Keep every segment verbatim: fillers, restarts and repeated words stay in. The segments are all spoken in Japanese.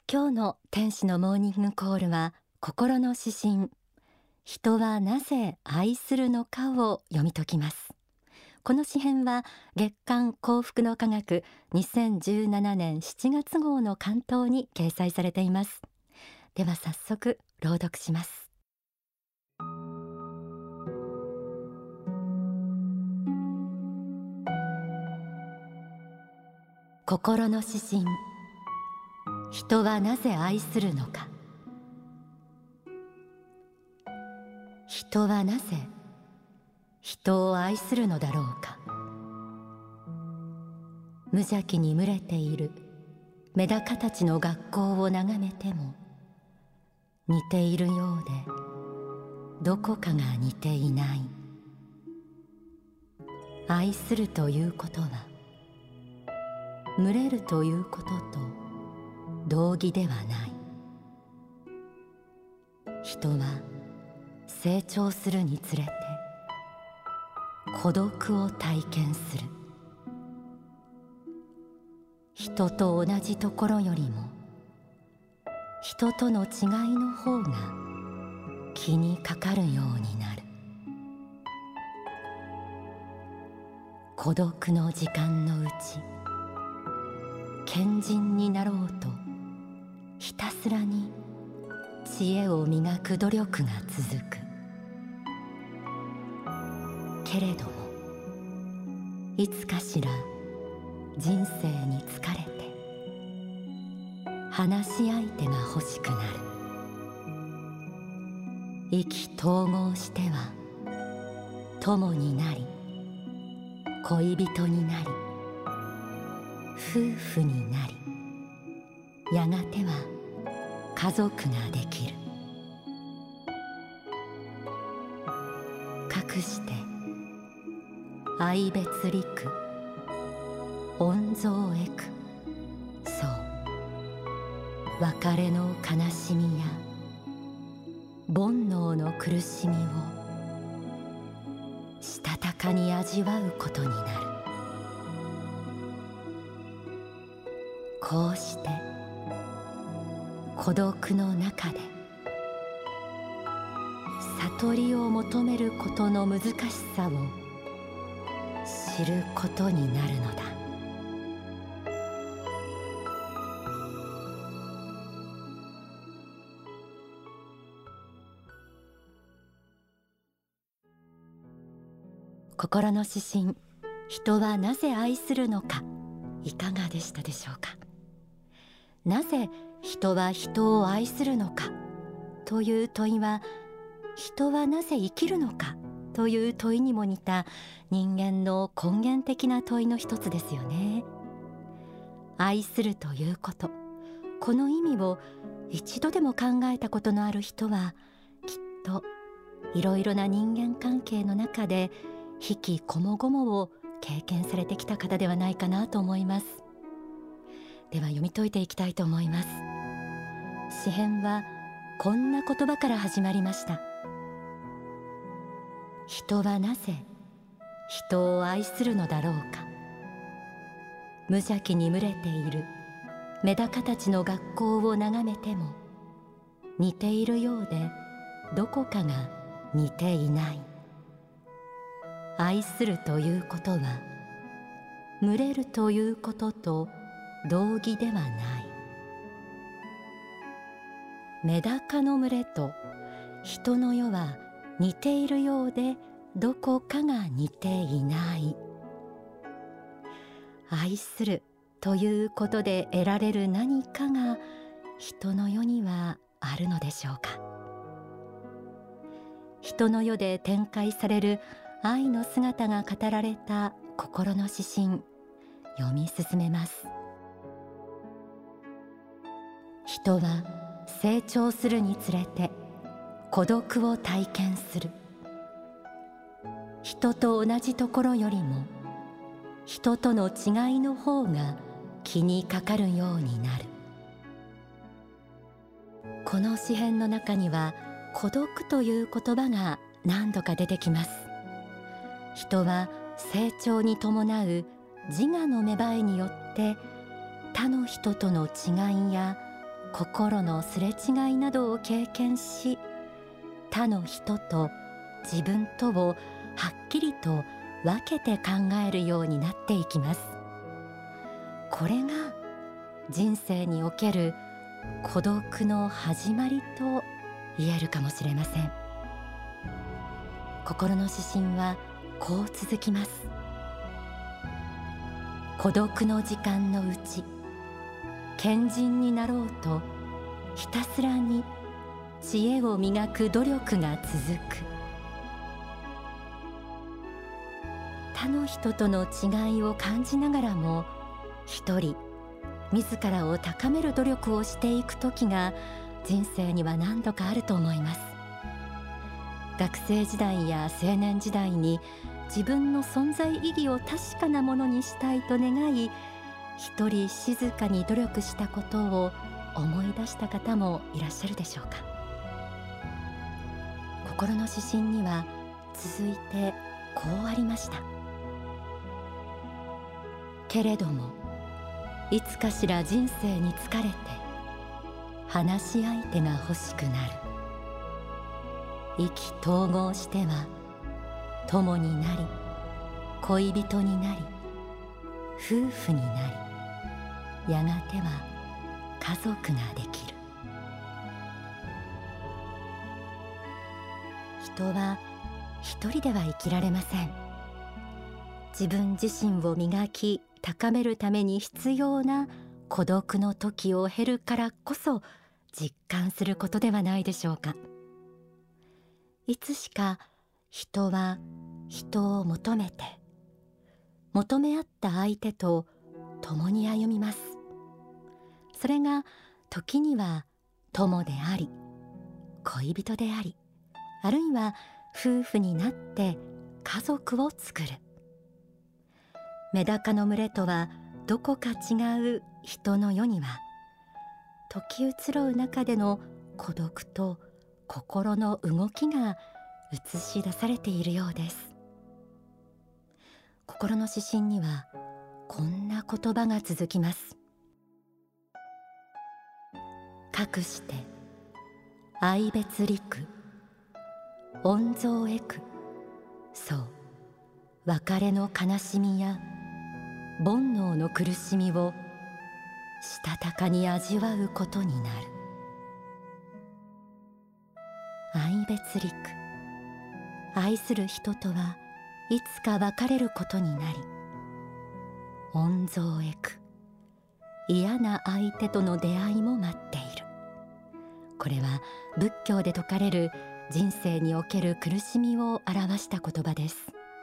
今日の天使のモーニングコールは心の指針、人はなぜ愛するのかを読み解きます。この詩編は月刊幸福の科学にせんじゅうななねんしちがつ号の巻頭に掲載されています。では早速朗読します。心の指針、人はなぜ愛するのか。人はなぜ人を愛するのだろうか。無邪気に群れているメダカたちの学校を眺めても似ているようでどこかが似ていない。愛するということは群れるということと同義ではない。人は成長するにつれて孤独を体験する。人と同じところよりも人との違いの方が気にかかるようになる。孤独の時間のうち賢人になろうとひたすらに知恵を磨く努力が続く。けれどもいつかしら人生に疲れて話し相手が欲しくなる。意気投合しては友になり恋人になり夫婦になりやがては家族ができる。かくして愛別離苦恩蔵得苦、そう別れの悲しみや煩悩の苦しみをしたたかに味わうことになる。こうして孤独の中で悟りを求めることの難しさを知ることになるのだ。心の指針、人はなぜ愛するのか、いかがでしたでしょうか。なぜ人は人を愛するのかという問いは、人はなぜ生きるのかという問いにも似た人間の根源的な問いの一つですよね。愛するということ、この意味を一度でも考えたことのある人はきっといろいろな人間関係の中で悲喜こもごもを経験されてきた方ではないかなと思います。では読み解いていきたいと思います。詩編はこんな言葉から始まりました。人はなぜ人を愛するのだろうか。無邪気に群れているメダカたちの学校を眺めても似ているようでどこかが似ていない。愛するということは群れるということと同義ではない。メダカの群れと人の世は似ているようでどこかが似ていない。愛するということで得られる何かが人の世にはあるのでしょうか。人の世で展開される愛の姿が語られた心の指針、読み進めます。人は成長するにつれて孤独を体験する。人と同じところよりも人との違いの方が気にかかるようになる。この詩編の中には孤独という言葉が何度か出てきます。人は成長に伴う自我の芽生えによって他の人との違いや心のすれ違いなどを経験し、他の人と自分とをはっきりと分けて考えるようになっていきます。これが人生における孤独の始まりと言えるかもしれません。心の指針はこう続きます。孤独の時間のうち、賢人になろうとひたすらに知恵を磨く努力が続く。他の人との違いを感じながらも、一人自らを高める努力をしていく時が人生には何度かあると思います。学生時代や青年時代に自分の存在意義を確かなものにしたいと願い、一人静かに努力したことを思い出した方もいらっしゃるでしょうか。心の指針には続いてこうありました。けれどもいつかしら人生に疲れて話し相手が欲しくなる。意気投合しては友になり、恋人になり、夫婦になり、やがては家族ができる。人は一人では生きられません。自分自身を磨き高めるために必要な孤独の時を経るからこそ実感することではないでしょうか。いつしか人は人を求めて、求め合った相手と共に歩みます。それが時には友であり、恋人であり、あるいは夫婦になって家族を作る。メダカの群れとはどこか違う人の世には、時移ろう中での孤独と心の動きが映し出されているようです。心の指針にはこんな言葉が続きます。かくして愛別離苦、怨憎得苦、そう別れの悲しみや煩悩の苦しみをしたたかに味わうことになる。愛別離苦、愛する人とはいつか別れることになり、怨憎得苦、嫌な相手との出会いも待っている。これは仏教で説かれる人生における苦しみを表した言葉です。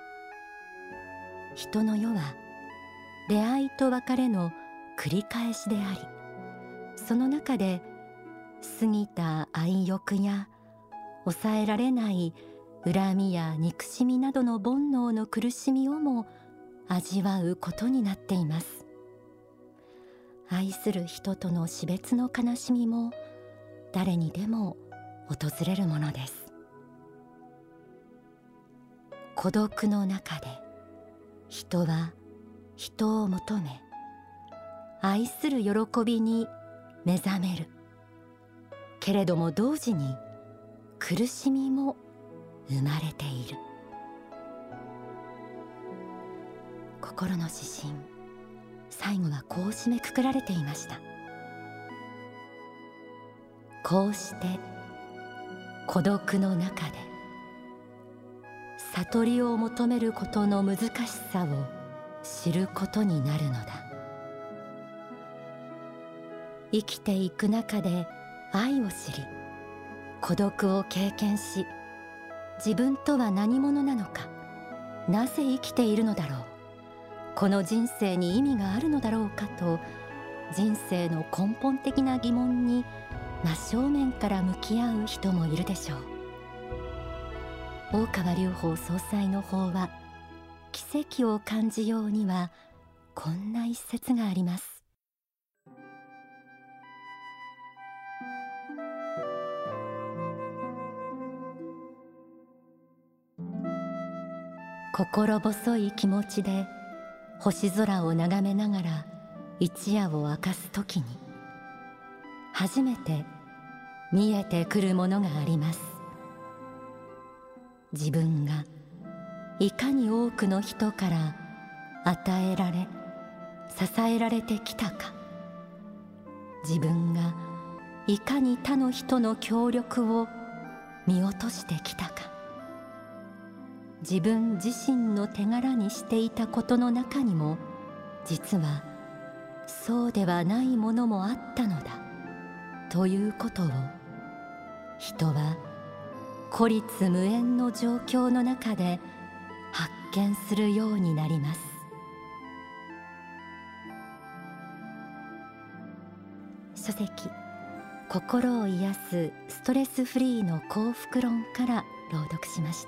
人の世は出会いと別れの繰り返しであり、その中で過ぎた愛欲や抑えられない恨みや憎しみなどの煩悩の苦しみをも味わうことになっています。愛する人との死別の悲しみも誰にでも訪れるものです。孤独の中で人は人を求め、愛する喜びに目覚める。けれども同時に苦しみも生まれている。心の指針、最後はこう締めくくられていました。こうして孤独の中で悟りを求めることの難しさを知ることになるのだ。生きていく中で愛を知り、孤独を経験し、自分とは何者なのか、なぜ生きているのだろう、この人生に意味があるのだろうかと、人生の根本的な疑問に真正面から向き合う人もいるでしょう。大川隆法総裁の法話、奇跡を感じようにはこんな一節があります。心細い気持ちで星空を眺めながら一夜を明かすときに、 初めて見えてくるものがあります。自分がいかに多くの人から与えられ支えられてきたか、自分がいかに他の人の協力を見落としてきたか、自分自身の手柄にしていたことの中にも実はそうではないものもあったのだということを、人は孤立無縁の状況の中で発見するようになります。書籍「心を癒すストレスフリーの幸福論」から朗読しました。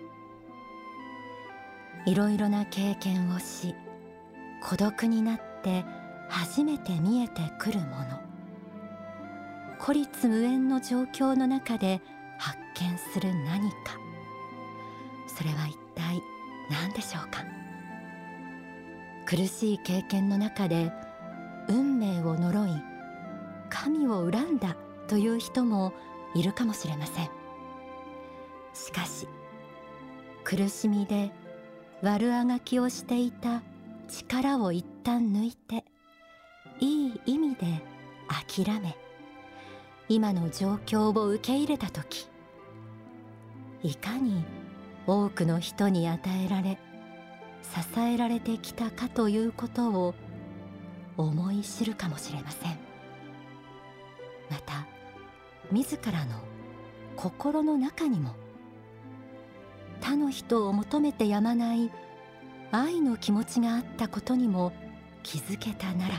いろいろな経験をし、孤独になって初めて見えてくるもの、孤立無縁の状況の中で発見する何か、それは一体何でしょうか。苦しい経験の中で運命を呪い、神を恨んだという人もいるかもしれません。しかし苦しみで悪あがきをしていた力を一旦抜いて、いい意味で諦め、今の状況を受け入れたとき、いかに多くの人に与えられ支えられてきたかということを思い知るかもしれません。また自らの心の中にも他の人を求めてやまない愛の気持ちがあったことにも気づけたなら、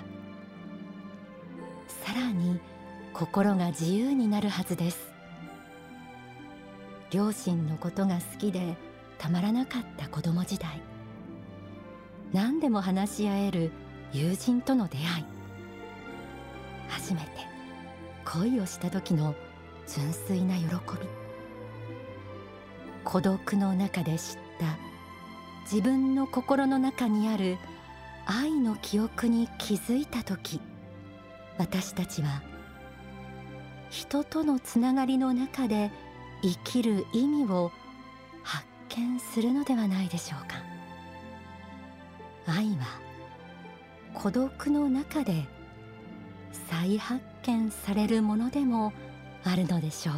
さらに心が自由になるはずです。両親のことが好きでたまらなかった子供時代、何でも話し合える友人との出会い、初めて恋をした時の純粋な喜び、孤独の中で知った自分の心の中にある愛の記憶に気づいた時、私たちは人とのつながりの中で生きる意味を発見するのではないでしょうか。愛は孤独の中で再発見されるものでもあるのでしょう。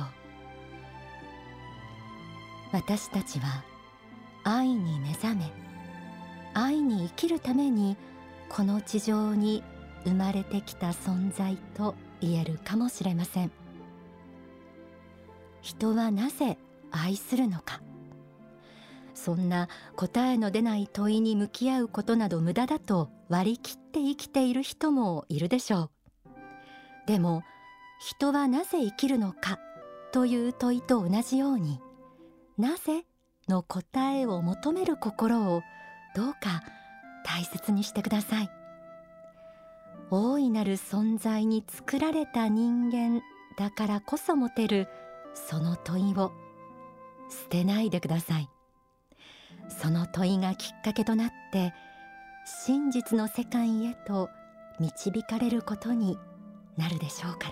私たちは愛に目覚め、愛に生きるためにこの地上に生まれてきた存在と言えるかもしれません。人はなぜ愛するのか、そんな答えの出ない問いに向き合うことなど無駄だと割り切って生きている人もいるでしょう。でも人はなぜ生きるのかという問いと同じように、なぜの答えを求める心をどうか大切にしてください。大いなる存在に作られた人間だからこそ持てるその問いを捨てないでください。その問いがきっかけとなって真実の世界へと導かれることになるでしょうから。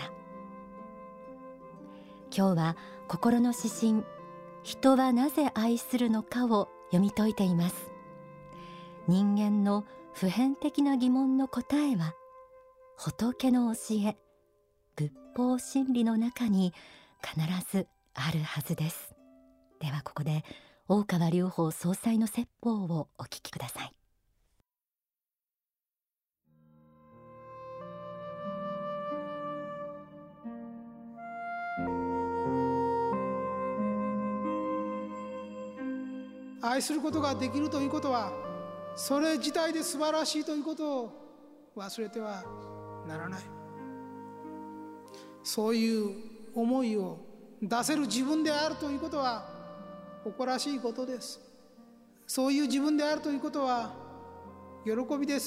今日は心の指針、人はなぜ愛するのかを読み解いています。人間の普遍的な疑問の答えは仏の教え、仏法真理の中に必ずあるはずです。ではここで大川隆法総裁の説法をお聞きください。 愛することができるということは、それ自体で素晴らしいということを忘れてはならない。そういう思いを出せる自分であるということは誇らしいことです。そういう自分であるということは喜びです。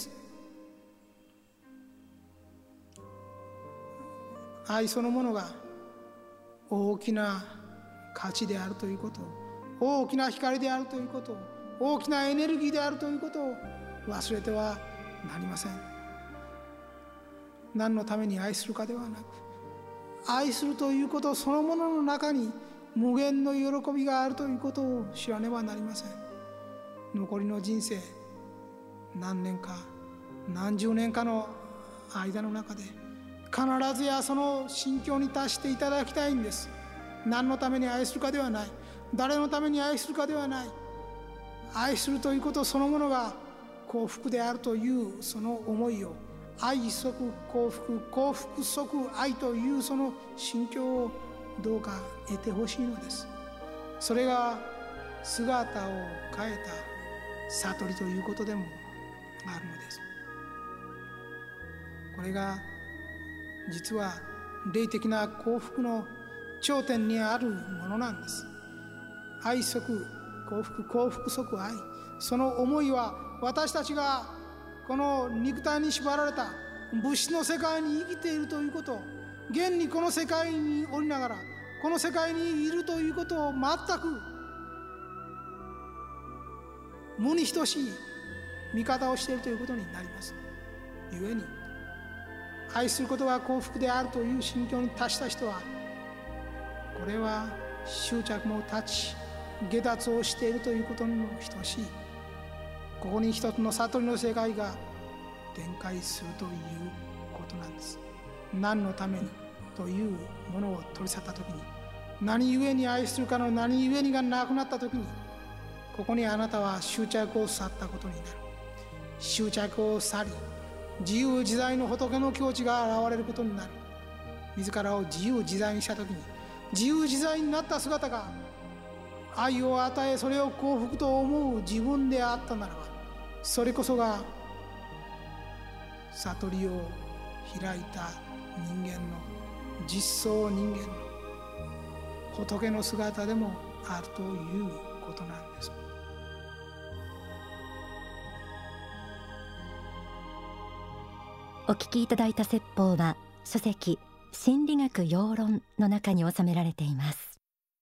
愛そのものが大きな価値であるということ、大きな光であるということ、大きなエネルギーであるということを忘れてはなりません。何のために愛するかではなく、 愛するということそのものの中に無限の喜びがあるということを知らねばなりません。残りの人生、何年か何十年かの間の中で必ずやその心境に達していただきたいんです。何のために愛するかではない、誰のために愛するかではない、愛するということそのものが幸福であるというその思いを、愛即幸福、幸福即愛というその心境をどうか得てほしいのです。それが姿を変えた悟りということでもあるのです。これが実は霊的な幸福の頂点にあるものなんです。愛即幸福、幸福即愛、その思いは私たちがこの肉体に縛られた物質の世界に生きているということ、現にこの世界におりながらこの世界にいるということを全く無に等しい見方をしているということになります。ゆえに愛することが幸福であるという心境に達した人は、これは執着も断ち下脱をしているということにも等しい。ここに一つの悟りの世界が展開するということなんです。何のためにというものを取り去ったときに、何故に愛するかの何故にがなくなったときに、ここにあなたは執着を去ったことになる。執着を去り、自由自在の仏の境地が現れることになる。自らを自由自在にしたときに、自由自在になった姿が愛を与え、それを幸福と思う自分であったならば、それこそが悟りを開いた人間の実相人間の仏の姿でもあるということなんです。 お聞きいただいた説法は書籍心理学要論の中に収められています。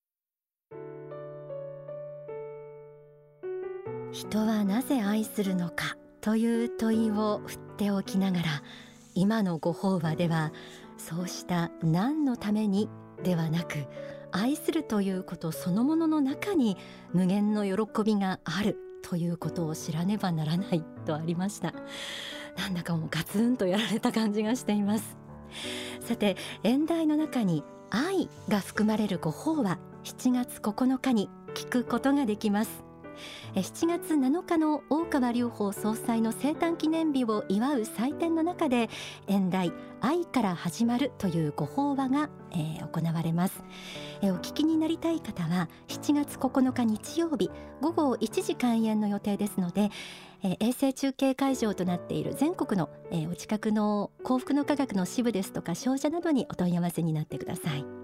人はなぜ愛するのかという問いを振っておきながら、今のご法話ではそうした何のためにではなく、愛するということそのものの中に無限の喜びがあるということを知らねばならないとありました。なんだかもうガツンとやられた感じがしています。さて、演題の中に愛が含まれるご法話、しちがつここのかに聞くことができます。しちがつなのかの大川隆法総裁の生誕記念日を祝う祭典の中で、演題愛から始まるというご法話が、えー、行われます。えー、お聞きになりたい方はしちがつここのか日曜日ごごいちじ開演の予定ですので、えー、衛星中継会場となっている全国の、えー、お近くの幸福の科学の支部ですとか商社などにお問い合わせになってください。